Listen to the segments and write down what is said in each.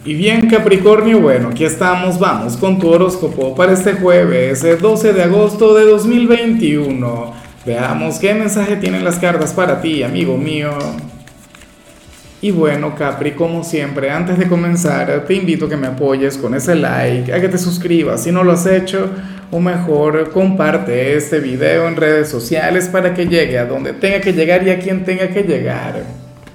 Y bien, Capricornio, bueno, aquí estamos, vamos con tu horóscopo para este jueves, 12 de agosto de 2021. Veamos qué mensaje tienen las cartas para ti, amigo mío. Y bueno, Capri, como siempre, antes de comenzar, te invito a que me apoyes con ese like, a que te suscribas si no lo has hecho, o mejor, comparte este video en redes sociales para que llegue a donde tenga que llegar y a quien tenga que llegar.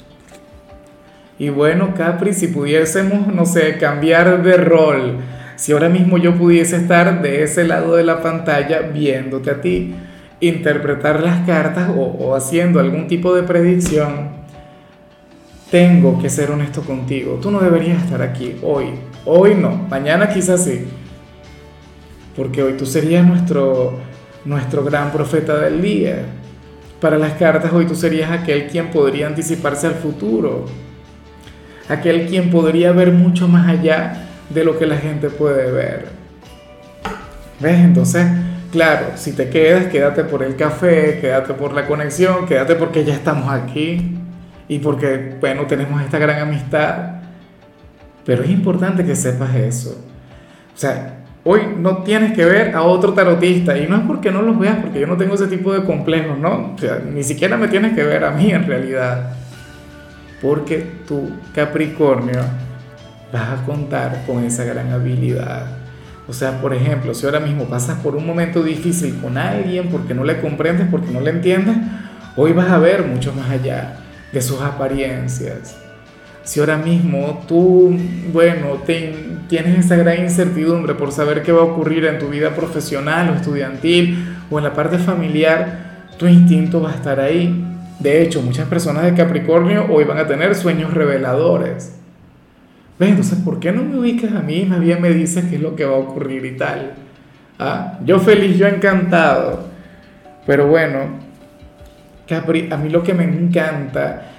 Y bueno, Capri, si pudiésemos, no sé, cambiar de rol, si ahora mismo yo pudiese estar de ese lado de la pantalla viéndote a ti, interpretar las cartas o haciendo algún tipo de predicción, tengo que ser honesto contigo, tú no deberías estar aquí hoy, hoy no, mañana quizás sí, porque hoy tú serías nuestro gran profeta del día. Para las cartas hoy tú serías aquel quien podría anticiparse al futuro, aquel quien podría ver mucho más allá de lo que la gente puede ver. ¿Ves? Entonces, claro, si te quedas, quédate por el café, quédate por la conexión, quédate porque ya estamos aquí y porque, bueno, tenemos esta gran amistad. Pero es importante que sepas eso. O sea, hoy no tienes que ver a otro tarotista y no es porque no los veas, porque yo no tengo ese tipo de complejos, ¿no? O sea, ni siquiera me tienes que ver a mí en realidad. Porque tú, Capricornio, vas a contar con esa gran habilidad. O sea, por ejemplo, si ahora mismo pasas por un momento difícil con alguien porque no le comprendes, porque no le entiendes, hoy vas a ver mucho más allá de sus apariencias. Si ahora mismo tú, bueno, tienes esa gran incertidumbre por saber qué va a ocurrir en tu vida profesional o estudiantil o en la parte familiar, tu instinto va a estar ahí. De hecho, muchas personas de Capricornio hoy van a tener sueños reveladores. ¿Ves? Entonces, ¿por qué no me ubicas a mí? Más bien me dices qué es lo que va a ocurrir y tal. ¿Ah? Yo feliz, yo encantado. Pero bueno, Capri, a mí lo que me encanta,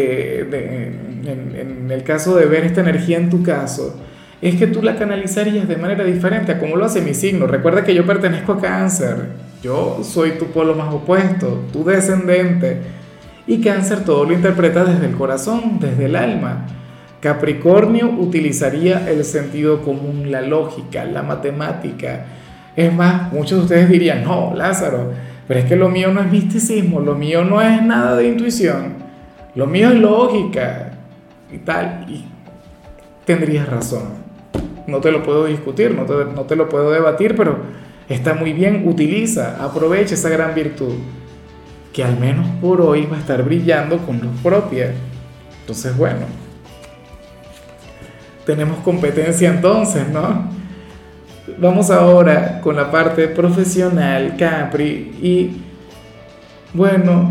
en el caso de ver esta energía en tu caso, es que tú la canalizarías de manera diferente a como lo hace mi signo. Recuerda que yo pertenezco a Cáncer. Yo soy tu polo más opuesto, tu descendente. Y Cáncer todo lo interpreta desde el corazón, desde el alma. Capricornio utilizaría el sentido común, la lógica, la matemática. Es más, muchos de ustedes dirían, no, Lázaro, pero es que lo mío no es misticismo, lo mío no es nada de intuición, lo mío es lógica y tal. Y tendrías razón, no te lo puedo discutir, no te lo puedo debatir, pero está muy bien, utiliza, aprovecha esa gran virtud que al menos por hoy va a estar brillando con luz propia. Entonces, bueno, tenemos competencia entonces, ¿no? Vamos ahora con la parte profesional, Capri, y bueno,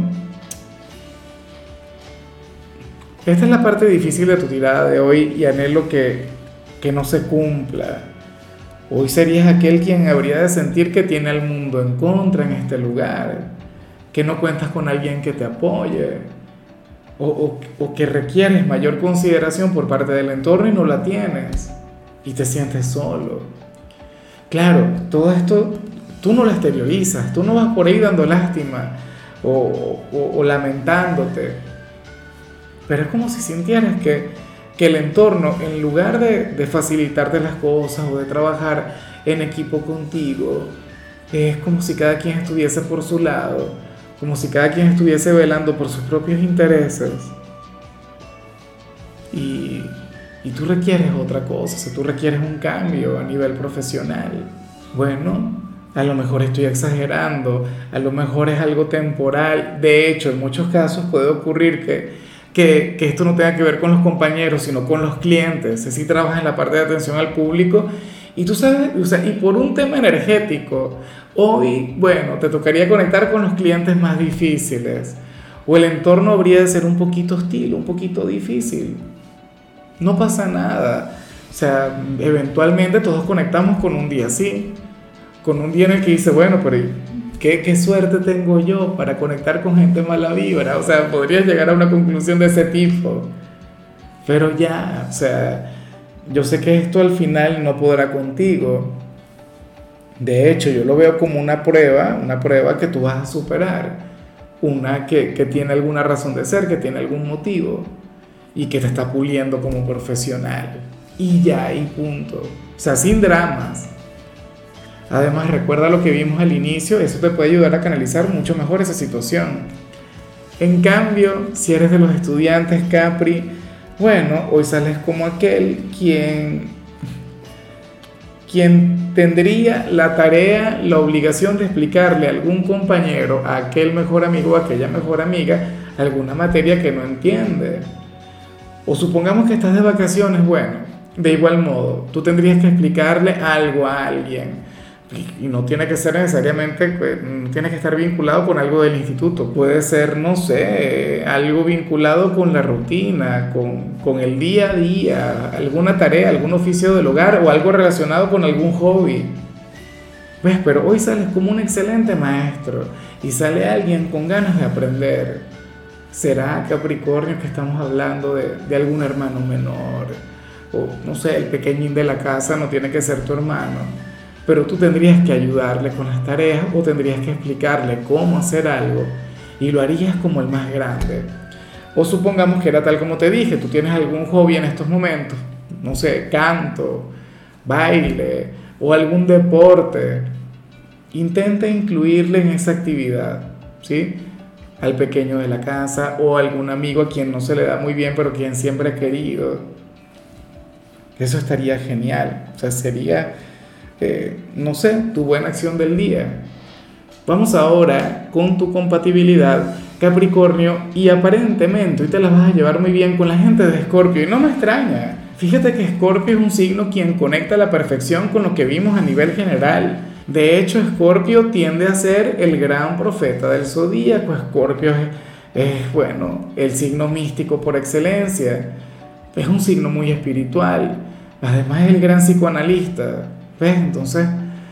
esta es la parte difícil de tu tirada de hoy y anhelo que no se cumpla. Hoy serías aquel quien habría de sentir que tiene al mundo en contra en este lugar, que no cuentas con alguien que te apoye o que requieres mayor consideración por parte del entorno y no la tienes y te sientes solo. Claro, todo esto tú no lo exteriorizas, tú no vas por ahí dando lástima o lamentándote, pero es como si sintieras que el entorno, en lugar de facilitarte las cosas o de trabajar en equipo contigo, es como si cada quien estuviese por su lado, como si cada quien estuviese velando por sus propios intereses. Y tú requieres otra cosa, o sea, tú requieres un cambio a nivel profesional. Bueno, a lo mejor estoy exagerando, a lo mejor es algo temporal. De hecho, en muchos casos puede ocurrir que esto no tenga que ver con los compañeros, sino con los clientes. Si trabajas en la parte de atención al público y tú sabes, o sea, y por un tema energético, hoy, bueno, te tocaría conectar con los clientes más difíciles o el entorno habría de ser un poquito hostil, un poquito difícil. No pasa nada. O sea, eventualmente todos conectamos con un día así, con un día en el que dice, bueno, pero ¿qué suerte tengo yo para conectar con gente mala vibra? O sea, podrías llegar a una conclusión de ese tipo. Pero ya, o sea, yo sé que esto al final no podrá contigo. De hecho, yo lo veo como una prueba que tú vas a superar, una que tiene alguna razón de ser, que tiene algún motivo y que te está puliendo como profesional. y ya, y punto. O sea, sin dramas. Además, recuerda lo que vimos al inicio, eso te puede ayudar a canalizar mucho mejor esa situación. En cambio, si eres de los estudiantes, Capri, bueno, hoy sales como aquel quien tendría la tarea, la obligación de explicarle a algún compañero, a aquel mejor amigo o a aquella mejor amiga, alguna materia que no entiende. O supongamos que estás de vacaciones, bueno, de igual modo, tú tendrías que explicarle algo a alguien. Y no tiene que ser necesariamente, pues, no tiene que estar vinculado con algo del instituto. Puede ser, no sé, algo vinculado con la rutina, con el día a día, alguna tarea, algún oficio del hogar o algo relacionado con algún hobby. ¿Ves? Pero hoy sales como un excelente maestro y sale alguien con ganas de aprender. ¿Será, Capricornio, que estamos hablando de algún hermano menor? O no sé, el pequeñín de la casa no tiene que ser tu hermano, pero tú tendrías que ayudarle con las tareas o tendrías que explicarle cómo hacer algo y lo harías como el más grande. O supongamos que era tal como te dije, tú tienes algún hobby en estos momentos, no sé, canto, baile o algún deporte. Intenta incluirle en esa actividad, ¿sí? Al pequeño de la casa o algún amigo a quien no se le da muy bien, pero quien siempre ha querido. Eso estaría genial, o sea, sería no sé, tu buena acción del día. Vamos ahora con tu compatibilidad, Capricornio, y aparentemente hoy te las vas a llevar muy bien con la gente de Escorpio, y no me extraña. Fíjate que Escorpio es un signo quien conecta a la perfección con lo que vimos a nivel general. De hecho, Escorpio tiende a ser el gran profeta del zodíaco. Escorpio bueno, el signo místico por excelencia. Es un signo muy espiritual. Además, es el gran psicoanalista. ¿Ves? Entonces,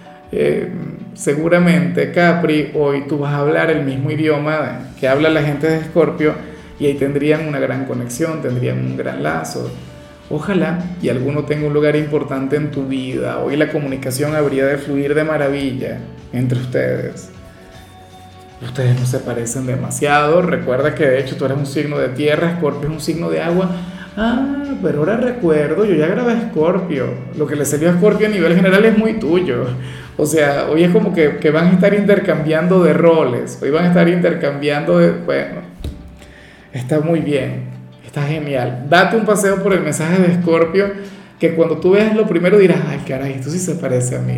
seguramente, Capri, hoy tú vas a hablar el mismo idioma que habla la gente de Escorpio y ahí tendrían una gran conexión, tendrían un gran lazo. Ojalá y alguno tenga un lugar importante en tu vida. Hoy la comunicación habría de fluir de maravilla entre ustedes. Ustedes no se parecen demasiado. Recuerda que de hecho tú eres un signo de tierra, Escorpio es un signo de agua. Ah, pero ahora recuerdo, yo ya grabé Escorpio. Lo que le salió a Escorpio a nivel general es muy tuyo. O sea, hoy es como que van a estar intercambiando de roles. Hoy van a estar intercambiando de... Bueno, está muy bien, está genial. Date un paseo por el mensaje de Escorpio, que cuando tú veas lo primero dirás, ay caray, esto sí se parece a mí.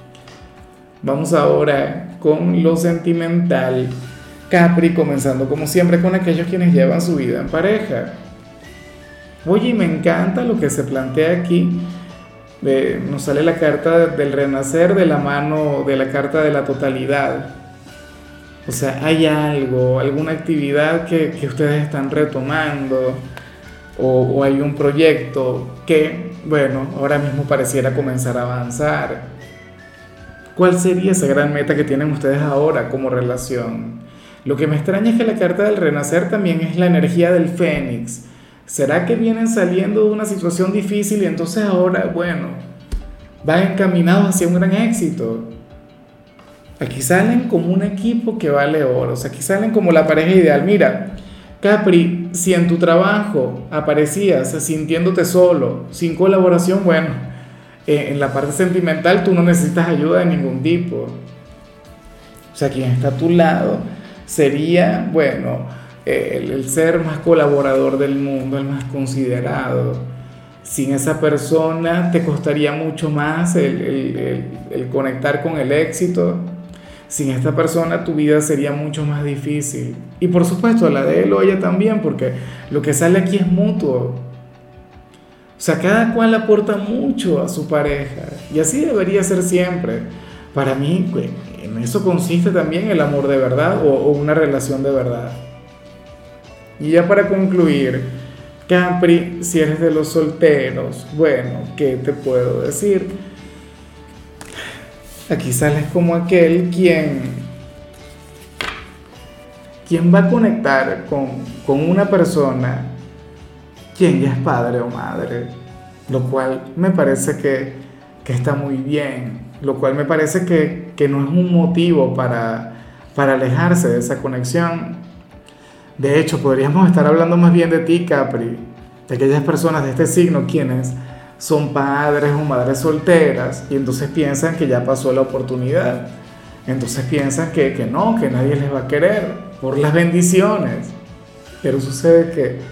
Vamos ahora con lo sentimental, Capri, comenzando como siempre con aquellos quienes llevan su vida en pareja. Oye, y me encanta lo que se plantea aquí. Nos sale la carta del renacer de la mano de la carta de la totalidad. O sea, hay algo, alguna actividad que ustedes están retomando o hay un proyecto que, bueno, ahora mismo pareciera comenzar a avanzar. ¿Cuál sería esa gran meta que tienen ustedes ahora como relación? Lo que me extraña es que la carta del renacer también es la energía del fénix. ¿Será que vienen saliendo de una situación difícil y entonces ahora, bueno, van encaminados hacia un gran éxito? Aquí salen como un equipo que vale oro, o sea, aquí salen como la pareja ideal. Mira, Capri, si en tu trabajo aparecías sintiéndote solo, sin colaboración, bueno, en la parte sentimental tú no necesitas ayuda de ningún tipo. O sea, quien está a tu lado sería, bueno, el ser más colaborador del mundo, el más considerado. Sin esa persona te costaría mucho más el conectar con el éxito. Sin esta persona tu vida sería mucho más difícil. Y por supuesto la de él o ella también, porque lo que sale aquí es mutuo. O sea, cada cual aporta mucho a su pareja. Y así debería ser siempre. Para mí, en eso consiste también el amor de verdad o una relación de verdad. Y ya para concluir, Capri, si eres de los solteros, bueno, ¿qué te puedo decir? Aquí sales como aquel quien va a conectar con una persona quien ya es padre o madre, lo cual me parece que está muy bien, lo cual me parece que no es un motivo para alejarse de esa conexión. De hecho, podríamos estar hablando más bien de ti, Capri, de aquellas personas de este signo quienes son padres o madres solteras y entonces piensan que ya pasó la oportunidad. Entonces piensan que no, que nadie les va a querer por las bendiciones. Pero sucede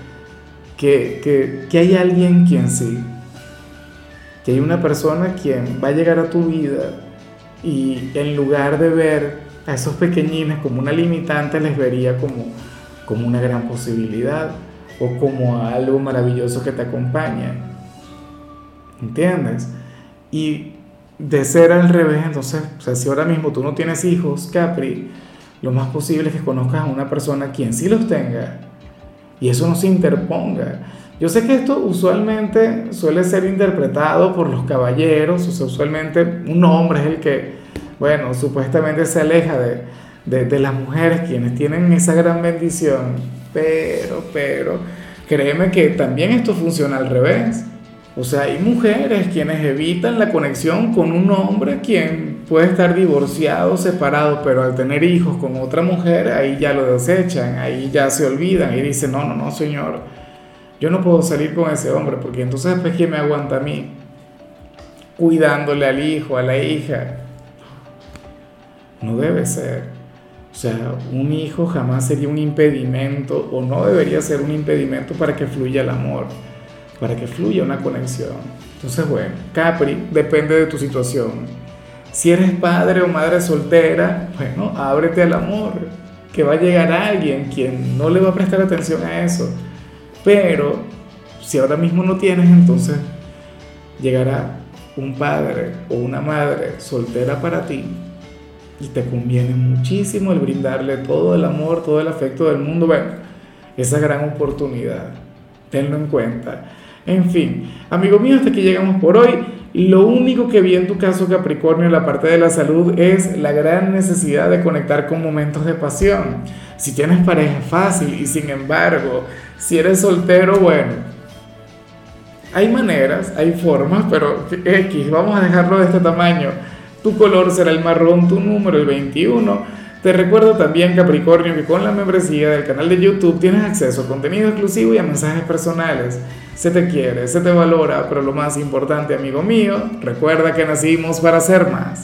que hay alguien quien sí, que hay una persona quien va a llegar a tu vida y en lugar de ver a esos pequeñines como una limitante, les vería como una gran posibilidad o como algo maravilloso que te acompaña. ¿Entiendes? Y de ser al revés, entonces, o sea, si ahora mismo tú no tienes hijos, Capri, lo más posible es que conozcas a una persona quien sí los tenga y eso no se interponga. Yo sé que esto usualmente suele ser interpretado por los caballeros, o sea, usualmente un hombre es el que, bueno, supuestamente se aleja de las mujeres quienes tienen esa gran bendición, pero, créeme que también esto funciona al revés. O sea, hay mujeres quienes evitan la conexión con un hombre quien puede estar divorciado, separado, pero al tener hijos con otra mujer, ahí ya lo desechan, ahí ya se olvidan y dicen, no, no, no, señor, yo no puedo salir con ese hombre porque entonces pues ¿quién me aguanta a mí? Cuidándole al hijo, a la hija. No debe ser. O sea, un hijo jamás sería un impedimento o no debería ser un impedimento para que fluya el amor, para que fluya una conexión. Entonces, bueno, Capri, depende de tu situación. Si eres padre o madre soltera, bueno, ábrete al amor, que va a llegar alguien quien no le va a prestar atención a eso. Pero si ahora mismo no tienes, entonces llegará un padre o una madre soltera para ti y te conviene muchísimo el brindarle todo el amor, todo el afecto del mundo. Bueno, esa gran oportunidad, tenlo en cuenta. En fin, amigo mío, hasta aquí llegamos por hoy. Lo único que vi en tu caso, Capricornio, en la parte de la salud es la gran necesidad de conectar con momentos de pasión. Si tienes pareja, fácil, y sin embargo, si eres soltero, bueno, hay maneras, hay formas, pero X, vamos a dejarlo de este tamaño. Tu color será el marrón, tu número el 21. Te recuerdo también, Capricornio, que con la membresía del canal de YouTube tienes acceso a contenido exclusivo y a mensajes personales. Se te quiere, se te valora, pero lo más importante, amigo mío, recuerda que nacimos para ser más.